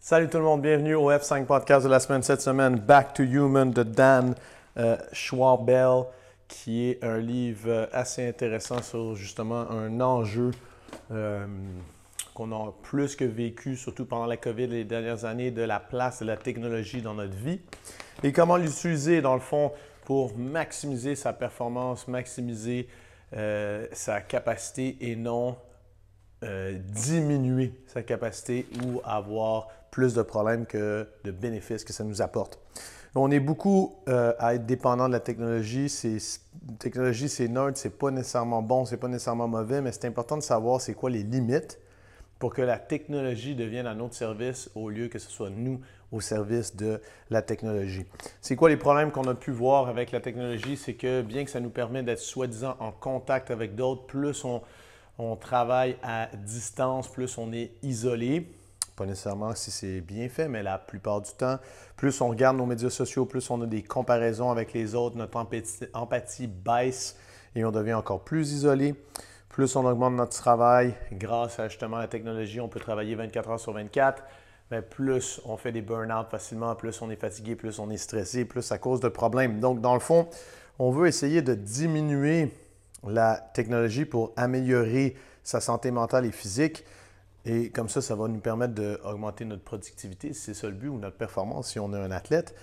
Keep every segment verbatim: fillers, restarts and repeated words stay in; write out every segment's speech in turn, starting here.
Salut tout le monde, bienvenue au F cinq Podcast de la semaine. Cette semaine, Back to Human de Dan euh, Schwabel, qui est un livre assez intéressant sur justement un enjeu euh, qu'on a plus que vécu, surtout pendant la COVID les dernières années, de la place de la technologie dans notre vie et comment l'utiliser dans le fond pour maximiser sa performance, maximiser euh, sa capacité et non Euh, diminuer sa capacité ou avoir plus de problèmes que de bénéfices que ça nous apporte. On est beaucoup euh, à être dépendant de la technologie. C'est, technologie, c'est neutre, c'est pas nécessairement bon, c'est pas nécessairement mauvais, mais c'est important de savoir c'est quoi les limites pour que la technologie devienne à notre service au lieu que ce soit nous au service de la technologie. C'est quoi les problèmes qu'on a pu voir avec la technologie? C'est que bien que ça nous permet d'être soi-disant en contact avec d'autres, plus on On travaille à distance, plus on est isolé. Pas nécessairement si c'est bien fait, mais la plupart du temps, plus on regarde nos médias sociaux, plus on a des comparaisons avec les autres, notre empathie, empathie baisse et on devient encore plus isolé. Plus on augmente notre travail grâce à justement la technologie, on peut travailler vingt-quatre heures sur vingt-quatre. Mais plus on fait des burn-out facilement, plus on est fatigué, plus on est stressé, plus ça cause de problèmes. Donc, dans le fond, on veut essayer de diminuer la technologie pour améliorer sa santé mentale et physique. Et comme ça, ça va nous permettre d'augmenter notre productivité, si c'est ça le but, ou notre performance si on est un athlète.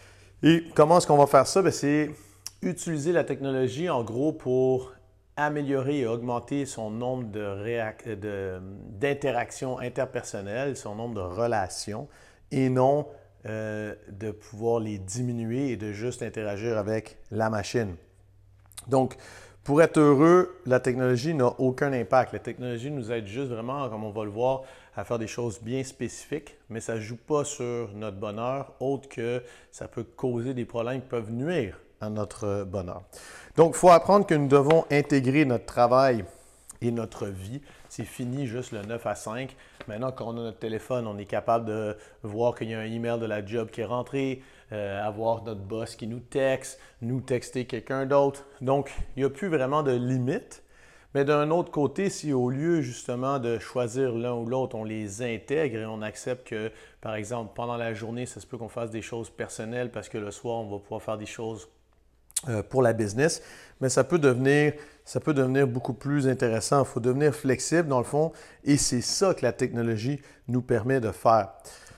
Et comment est-ce qu'on va faire ça? Bien, c'est utiliser la technologie en gros pour améliorer et augmenter son nombre de réac- de, d'interactions interpersonnelles, son nombre de relations, et non euh, de pouvoir les diminuer et de juste interagir avec la machine. Donc, pour être heureux, la technologie n'a aucun impact. La technologie nous aide juste vraiment, comme on va le voir, à faire des choses bien spécifiques, mais ça ne joue pas sur notre bonheur, autre que ça peut causer des problèmes qui peuvent nuire à notre bonheur. Donc, il faut apprendre que nous devons intégrer notre travail et notre vie. C'est fini juste le neuf à cinq. Maintenant, quand on a notre téléphone, on est capable de voir qu'il y a un email de la job qui est rentré, euh, avoir notre boss qui nous texte, nous texter quelqu'un d'autre. Donc, il n'y a plus vraiment de limite. Mais d'un autre côté, si au lieu justement de choisir l'un ou l'autre, on les intègre et on accepte que, par exemple, pendant la journée, ça se peut qu'on fasse des choses personnelles parce que le soir, on va pouvoir faire des choses Euh, pour la business, mais ça peut devenir, ça peut devenir beaucoup plus intéressant. Il faut devenir flexible dans le fond et c'est ça que la technologie nous permet de faire.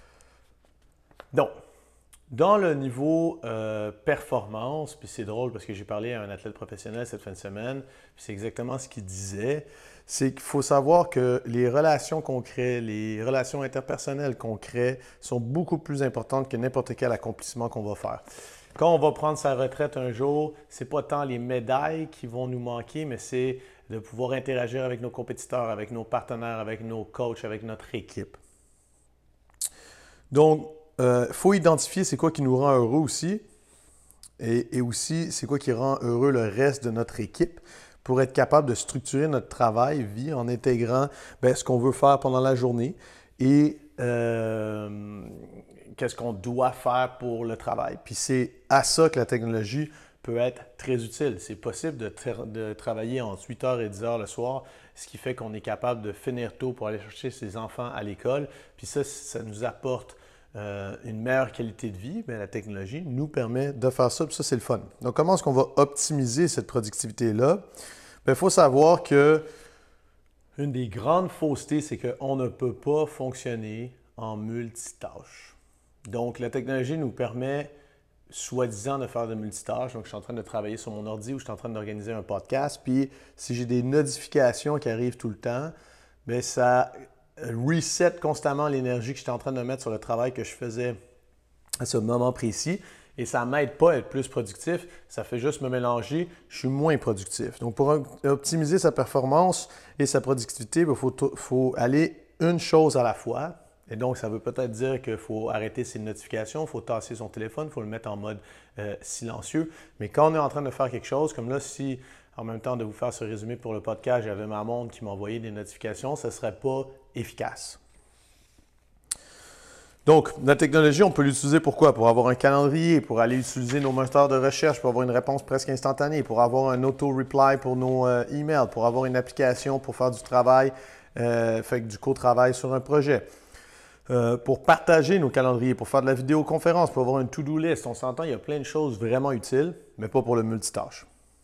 Donc, dans le niveau euh, performance, puis c'est drôle parce que j'ai parlé à un athlète professionnel cette fin de semaine, puis c'est exactement ce qu'il disait, c'est qu'il faut savoir que les relations qu'on crée, les relations interpersonnelles qu'on crée sont beaucoup plus importantes que n'importe quel accomplissement qu'on va faire. Quand on va prendre sa retraite un jour, ce n'est pas tant les médailles qui vont nous manquer, mais c'est de pouvoir interagir avec nos compétiteurs, avec nos partenaires, avec nos coachs, avec notre équipe. Donc, il euh, faut identifier c'est quoi qui nous rend heureux aussi et, et aussi c'est quoi qui rend heureux le reste de notre équipe pour être capable de structurer notre travail, vie, en intégrant bien, ce qu'on veut faire pendant la journée et euh, qu'est-ce qu'on doit faire pour le travail. Puis c'est à ça que la technologie peut être très utile. C'est possible de, tra- de travailler entre huit heures et dix heures le soir, ce qui fait qu'on est capable de finir tôt pour aller chercher ses enfants à l'école. Puis ça, ça nous apporte euh, une meilleure qualité de vie. Mais la technologie nous permet de faire ça, puis ça, c'est le fun. Donc, comment est-ce qu'on va optimiser cette productivité-là? Bien, il faut savoir que une des grandes faussetés, c'est qu'on ne peut pas fonctionner en multitâche. Donc, la technologie nous permet, soi-disant, de faire de multitâches. Donc, je suis en train de travailler sur mon ordi ou je suis en train d'organiser un podcast. Puis, si j'ai des notifications qui arrivent tout le temps, bien, ça reset constamment l'énergie que j'étais en train de mettre sur le travail que je faisais à ce moment précis. Et ça ne m'aide pas à être plus productif, ça fait juste me mélanger, je suis moins productif. Donc, pour optimiser sa performance et sa productivité, il faut, faut aller une chose à la fois. Et donc, ça veut peut-être dire qu'il faut arrêter ses notifications, il faut tasser son téléphone, il faut le mettre en mode euh, silencieux. Mais quand on est en train de faire quelque chose, comme là, si en même temps de vous faire ce résumé pour le podcast, j'avais ma montre qui m'envoyait des notifications, ce ne serait pas efficace. Donc, la technologie, on peut l'utiliser pour quoi? Pour avoir un calendrier, pour aller utiliser nos moteurs de recherche, pour avoir une réponse presque instantanée, pour avoir un auto-reply pour nos euh, emails, pour avoir une application pour faire du travail, euh, fait du co-travail sur un projet. euh, pour partager nos calendriers, pour faire de la vidéoconférence, pour avoir une to-do list. On s'entend, il y a plein de choses vraiment utiles, mais pas pour le multitâche.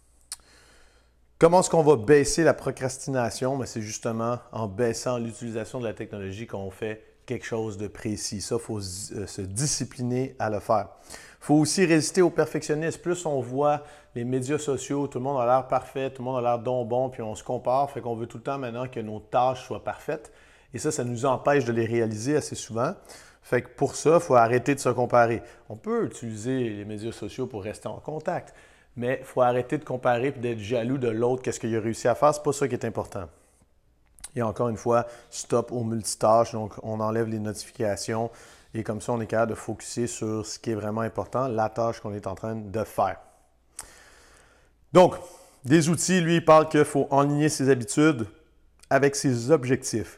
Comment est-ce qu'on va baisser la procrastination? C'est justement en baissant l'utilisation de la technologie qu'on fait quelque chose de précis. Ça, il faut se discipliner à le faire. Il faut aussi résister au perfectionnisme. Plus on voit les médias sociaux, tout le monde a l'air parfait, tout le monde a l'air donc bon, puis on se compare, fait qu'on veut tout le temps maintenant que nos tâches soient parfaites. Et ça, ça nous empêche de les réaliser assez souvent. Fait que pour ça, il faut arrêter de se comparer. On peut utiliser les médias sociaux pour rester en contact, mais il faut arrêter de comparer et d'être jaloux de l'autre, qu'est-ce qu'il a réussi à faire. Ce n'est pas ça qui est important. Et encore une fois, stop au multitâche, donc on enlève les notifications et comme ça, on est capable de focusser sur ce qui est vraiment important, la tâche qu'on est en train de faire. Donc, des outils, lui, il parle qu'il faut aligner ses habitudes avec ses objectifs.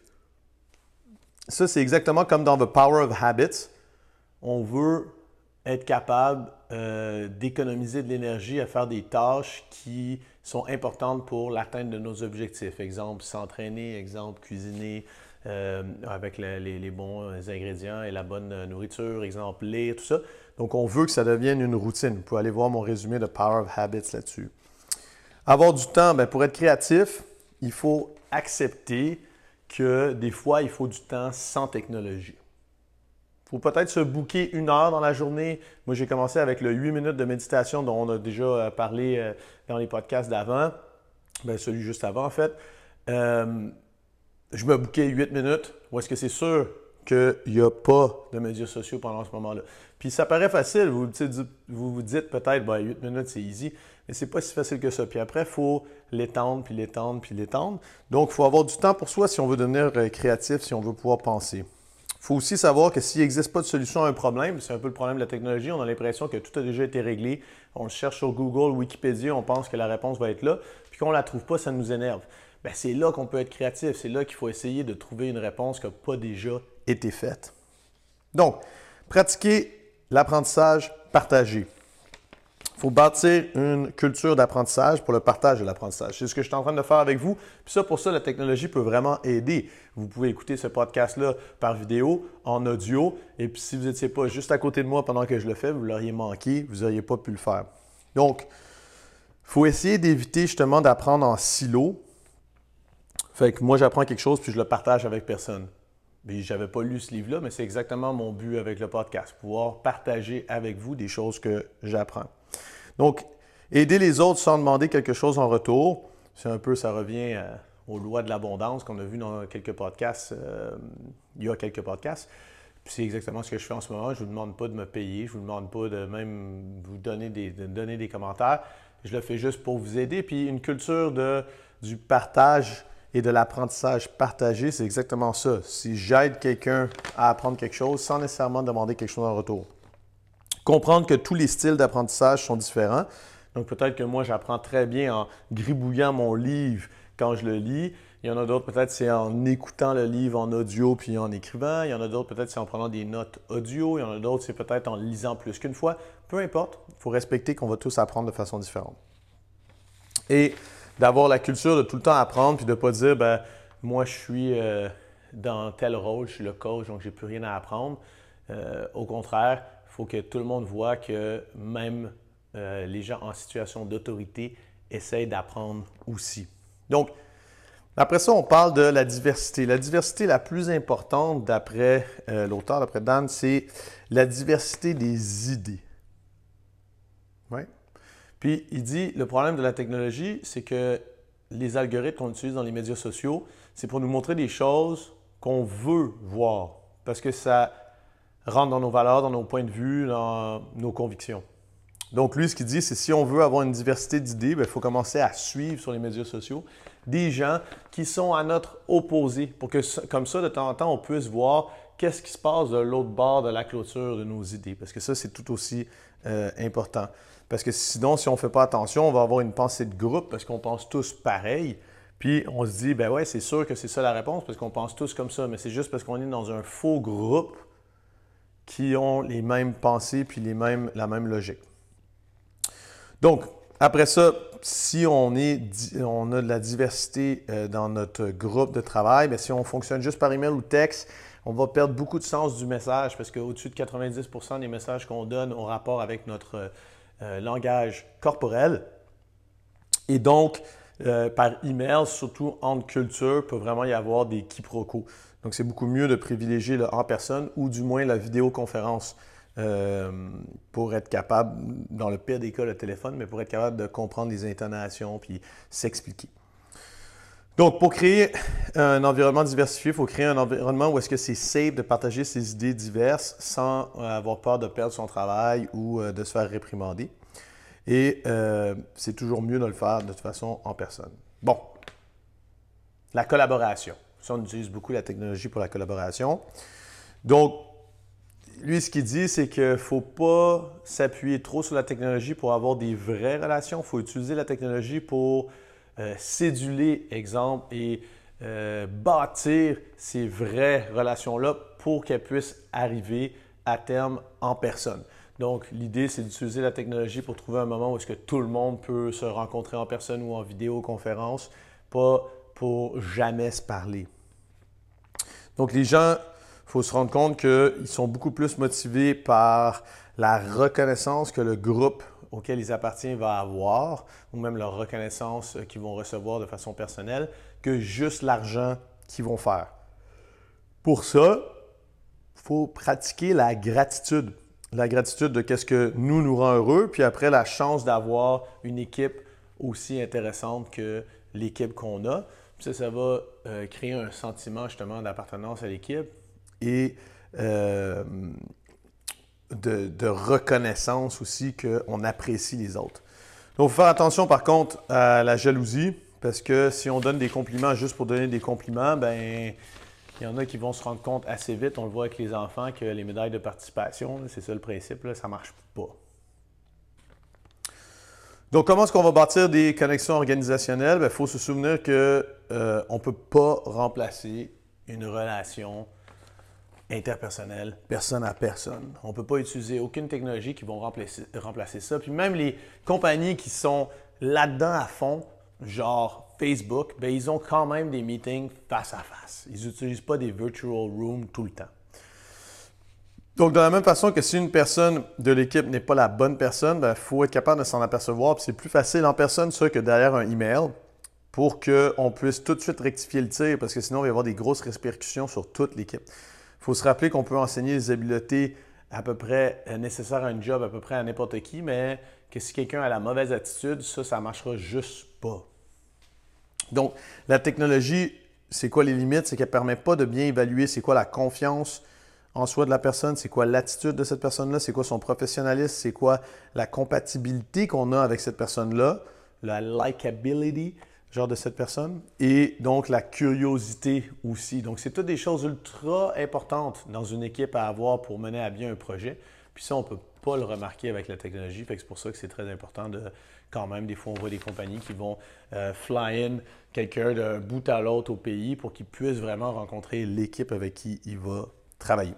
Ça, c'est exactement comme dans The Power of Habits. On veut être capable euh, d'économiser de l'énergie à faire des tâches qui sont importantes pour l'atteinte de nos objectifs. Exemple, s'entraîner, exemple, cuisiner euh, avec le, les, les bons ingrédients et la bonne nourriture, exemple, lire, tout ça. Donc, on veut que ça devienne une routine. Vous pouvez aller voir mon résumé de Power of Habits là-dessus. Avoir du temps, bien, pour être créatif, il faut accepter que des fois, il faut du temps sans technologie. Il faut peut-être se booker une heure dans la journée. Moi, j'ai commencé avec le huit minutes de méditation dont on a déjà parlé dans les podcasts d'avant. Bien, celui juste avant, en fait. Euh, je me bookais huit minutes. Ou est-ce que c'est sûr qu'il n'y a pas de médias sociaux pendant ce moment-là? Puis ça paraît facile. Vous vous, vous dites peut-être, ben, huit minutes, c'est easy. Mais ce n'est pas si facile que ça. Puis après, il faut l'étendre, puis l'étendre, puis l'étendre. Donc, il faut avoir du temps pour soi si on veut devenir créatif, si on veut pouvoir penser. Il faut aussi savoir que s'il n'existe pas de solution à un problème, c'est un peu le problème de la technologie, on a l'impression que tout a déjà été réglé. On le cherche sur Google, Wikipédia, on pense que la réponse va être là, puis qu'on ne la trouve pas, ça nous énerve. Bien, c'est là qu'on peut être créatif, c'est là qu'il faut essayer de trouver une réponse qui n'a pas déjà été faite. Donc, pratiquer l'apprentissage partagé. Il faut bâtir une culture d'apprentissage pour le partage de l'apprentissage. C'est ce que je suis en train de faire avec vous. Puis ça, pour ça, la technologie peut vraiment aider. Vous pouvez écouter ce podcast-là par vidéo, en audio. Et puis si vous n'étiez pas juste à côté de moi pendant que je le fais, vous l'auriez manqué, vous n'auriez pas pu le faire. Donc, il faut essayer d'éviter justement d'apprendre en silo. Fait que moi, j'apprends quelque chose puis je le partage avec personne. Je n'avais pas lu ce livre-là, mais c'est exactement mon but avec le podcast, pouvoir partager avec vous des choses que j'apprends. Donc, aider les autres sans demander quelque chose en retour, c'est un peu, ça revient euh, aux lois de l'abondance qu'on a vu dans quelques podcasts, euh, il y a quelques podcasts. Puis c'est exactement ce que je fais en ce moment. Je ne vous demande pas de me payer, je ne vous demande pas de même vous donner des, de donner des commentaires. Je le fais juste pour vous aider. Puis une culture de, du partage et de l'apprentissage partagé, c'est exactement ça. Si j'aide quelqu'un à apprendre quelque chose sans nécessairement demander quelque chose en retour. Comprendre que tous les styles d'apprentissage sont différents. Donc, peut-être que moi, j'apprends très bien en gribouillant mon livre quand je le lis. Il y en a d'autres, peut-être, c'est en écoutant le livre en audio puis en écrivant. Il y en a d'autres, peut-être, c'est en prenant des notes audio. Il y en a d'autres, c'est peut-être en lisant plus qu'une fois. Peu importe, il faut respecter qu'on va tous apprendre de façon différente. Et d'avoir la culture de tout le temps apprendre puis de ne pas dire, ben moi, je suis euh, dans tel rôle, je suis le coach, donc je n'ai plus rien à apprendre. Euh, au contraire, il faut que tout le monde voit que même euh, les gens en situation d'autorité essayent d'apprendre aussi. Donc, après ça, on parle de la diversité. La diversité la plus importante d'après euh, l'auteur, d'après Dan, c'est la diversité des idées. Oui. Puis, il dit, le problème de la technologie, c'est que les algorithmes qu'on utilise dans les médias sociaux, c'est pour nous montrer des choses qu'on veut voir parce que ça rentre dans nos valeurs, dans nos points de vue, dans nos convictions. Donc, lui, ce qu'il dit, c'est si on veut avoir une diversité d'idées, il faut commencer à suivre sur les médias sociaux des gens qui sont à notre opposé pour que, comme ça, de temps en temps, on puisse voir qu'est-ce qui se passe de l'autre bord de la clôture de nos idées. Parce que ça, c'est tout aussi euh, important. Parce que sinon, si on ne fait pas attention, on va avoir une pensée de groupe parce qu'on pense tous pareil. Puis on se dit, ben ouais, c'est sûr que c'est ça la réponse parce qu'on pense tous comme ça. Mais c'est juste parce qu'on est dans un faux groupe qui ont les mêmes pensées puis les mêmes, la même logique. Donc, après ça, si on, est, on a de la diversité euh, dans notre groupe de travail, bien, si on fonctionne juste par email ou texte, on va perdre beaucoup de sens du message parce qu'au-dessus de quatre-vingt-dix pour cent des messages qu'on donne ont rapport avec notre euh, langage corporel. Et donc, euh, par email, surtout entre cultures, peut vraiment y avoir des quiproquos. Donc, c'est beaucoup mieux de privilégier le en personne ou du moins la vidéoconférence euh, pour être capable, dans le pire des cas, le téléphone, mais pour être capable de comprendre les intonations puis s'expliquer. Donc, pour créer un environnement diversifié, il faut créer un environnement où est-ce que c'est safe de partager ses idées diverses sans avoir peur de perdre son travail ou de se faire réprimander. Et euh, c'est toujours mieux de le faire de toute façon en personne. Bon, la collaboration. Ça, on utilise beaucoup la technologie pour la collaboration. Donc, lui, ce qu'il dit, c'est qu'il ne faut pas s'appuyer trop sur la technologie pour avoir des vraies relations. Il faut utiliser la technologie pour euh, céduler, exemple, et euh, bâtir ces vraies relations-là pour qu'elles puissent arriver à terme en personne. Donc, l'idée, c'est d'utiliser la technologie pour trouver un moment où est-ce que tout le monde peut se rencontrer en personne ou en vidéoconférence, pas pour jamais se parler. Donc, les gens, il faut se rendre compte qu'ils sont beaucoup plus motivés par la reconnaissance que le groupe auquel ils appartiennent va avoir, ou même leur reconnaissance qu'ils vont recevoir de façon personnelle, que juste l'argent qu'ils vont faire. Pour ça, il faut pratiquer la gratitude. La gratitude de qu'est-ce que nous nous rend heureux, puis après la chance d'avoir une équipe aussi intéressante que l'équipe qu'on a. Puis ça, ça va euh, créer un sentiment justement d'appartenance à l'équipe et euh, de, de reconnaissance aussi qu'on apprécie les autres. Donc, il faut faire attention par contre à la jalousie, parce que si on donne des compliments juste pour donner des compliments, ben il y en a qui vont se rendre compte assez vite, on le voit avec les enfants, que les médailles de participation, c'est ça le principe, là, ça ne marche pas. Donc, comment est-ce qu'on va bâtir des connexions organisationnelles? Il faut se souvenir qu'on euh, ne peut pas remplacer une relation interpersonnelle, personne à personne. On ne peut pas utiliser aucune technologie qui va remplacer, remplacer ça. Puis même les compagnies qui sont là-dedans à fond, genre Facebook, bien, ils ont quand même des meetings face à face. Ils n'utilisent pas des virtual rooms tout le temps. Donc, de la même façon que si une personne de l'équipe n'est pas la bonne personne, il faut être capable de s'en apercevoir. Puis c'est plus facile en personne, ça, que derrière un email pour qu'on puisse tout de suite rectifier le tir, parce que sinon, il va y avoir des grosses répercussions sur toute l'équipe. Il faut se rappeler qu'on peut enseigner les habiletés à peu près nécessaires à un job, à peu près à n'importe qui, mais que si quelqu'un a la mauvaise attitude, ça, ça ne marchera juste pas. Donc, la technologie, c'est quoi les limites? C'est qu'elle ne permet pas de bien évaluer c'est quoi la confiance en soi de la personne, c'est quoi l'attitude de cette personne-là, c'est quoi son professionnalisme, c'est quoi la compatibilité qu'on a avec cette personne-là, la likability, genre de cette personne, et donc la curiosité aussi. Donc, c'est toutes des choses ultra importantes dans une équipe à avoir pour mener à bien un projet. Puis ça, on ne peut pas le remarquer avec la technologie. Fait que c'est pour ça que c'est très important de, quand même, des fois, on voit des compagnies qui vont euh, fly in quelqu'un d'un bout à l'autre au pays pour qu'il puisse vraiment rencontrer l'équipe avec qui il va travailler.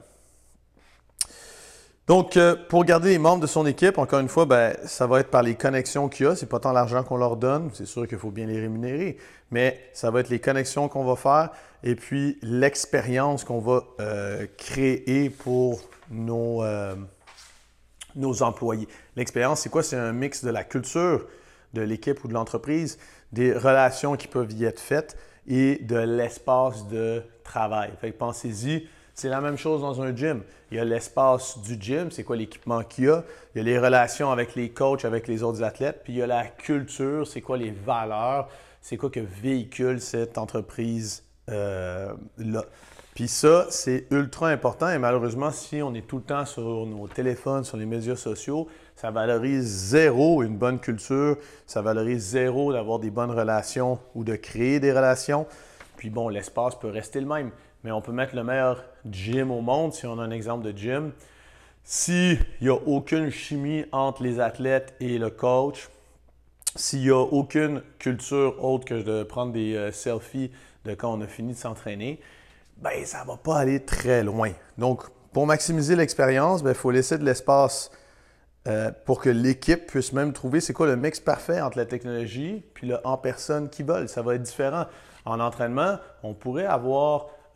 Donc, euh, pour garder les membres de son équipe, encore une fois, ben, ça va être par les connexions qu'il y a. Ce n'est pas tant l'argent qu'on leur donne, c'est sûr qu'il faut bien les rémunérer, mais ça va être les connexions qu'on va faire et puis l'expérience qu'on va euh, créer pour nos, euh, nos employés. L'expérience, c'est quoi? C'est un mix de la culture de l'équipe ou de l'entreprise, des relations qui peuvent y être faites et de l'espace de travail. Fait que pensez-y. C'est la même chose dans un gym. Il y a l'espace du gym, c'est quoi l'équipement qu'il y a. Il y a les relations avec les coachs, avec les autres athlètes. Puis il y a la culture, c'est quoi les valeurs, c'est quoi que véhicule cette entreprise-là. Euh, Puis ça, c'est ultra important. Et malheureusement, si on est tout le temps sur nos téléphones, sur les médias sociaux, ça valorise zéro une bonne culture. Ça valorise zéro d'avoir des bonnes relations ou de créer des relations. Puis bon, l'espace peut rester le même. Mais on peut mettre le meilleur gym au monde, si on a un exemple de gym. S'il n'y a aucune chimie entre les athlètes et le coach, s'il n'y a aucune culture autre que de prendre des euh, selfies de quand on a fini de s'entraîner, ben ça ne va pas aller très loin. Donc, pour maximiser l'expérience, il faut laisser de l'espace euh, pour que l'équipe puisse même trouver c'est quoi le mix parfait entre la technologie et le en personne qu'ils veulent. Ça va être différent. En entraînement, on pourrait avoir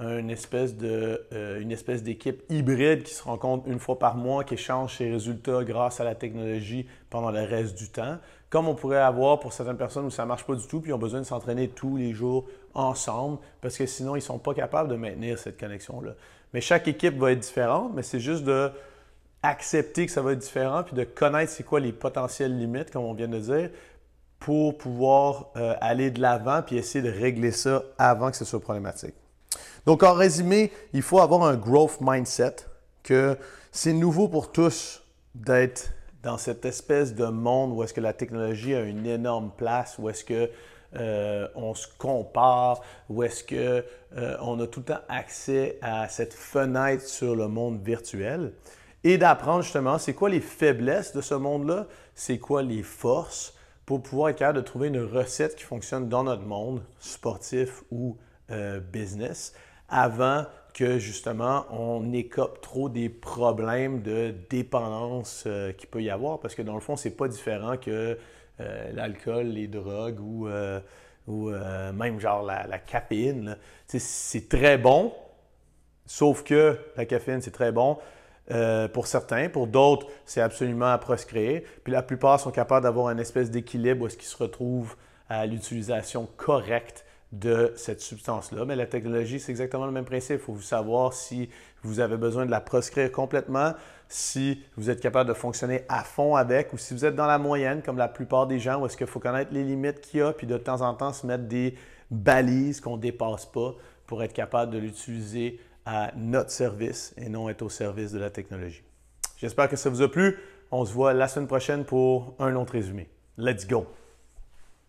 une espèce de, euh, une espèce d'équipe hybride qui se rencontre une fois par mois, qui échange ses résultats grâce à la technologie pendant le reste du temps. Comme on pourrait avoir pour certaines personnes où ça ne marche pas du tout, puis ils ont besoin de s'entraîner tous les jours ensemble, parce que sinon, ils ne sont pas capables de maintenir cette connexion-là. Mais chaque équipe va être différente, mais c'est juste de accepter que ça va être différent, puis de connaître c'est quoi les potentielles limites, comme on vient de dire, pour pouvoir euh, aller de l'avant puis essayer de régler ça avant que ce soit problématique. Donc, en résumé, il faut avoir un growth mindset, que c'est nouveau pour tous d'être dans cette espèce de monde où est-ce que la technologie a une énorme place, où est-ce que euh, on se compare, où est-ce que euh, on a tout le temps accès à cette fenêtre sur le monde virtuel, et d'apprendre justement c'est quoi les faiblesses de ce monde-là, c'est quoi les forces, pour pouvoir être capable de trouver une recette qui fonctionne dans notre monde, sportif ou euh, business, avant que justement on écope trop des problèmes de dépendance euh, qu'il peut y avoir, parce que dans le fond, c'est pas différent que euh, l'alcool, les drogues ou, euh, ou euh, même genre la, la caféine. C'est très bon, sauf que la caféine, c'est très bon. Euh, pour certains, pour d'autres, c'est absolument à proscrire. Puis la plupart sont capables d'avoir une espèce d'équilibre où est-ce qu'ils se retrouvent à l'utilisation correcte de cette substance-là. Mais la technologie, c'est exactement le même principe. Il faut vous savoir si vous avez besoin de la proscrire complètement, si vous êtes capable de fonctionner à fond avec, ou si vous êtes dans la moyenne, comme la plupart des gens, où est-ce qu'il faut connaître les limites qu'il y a, puis de temps en temps se mettre des balises qu'on ne dépasse pas pour être capable de l'utiliser à notre service et non être au service de la technologie. J'espère que ça vous a plu. On se voit la semaine prochaine pour un autre résumé. Let's go!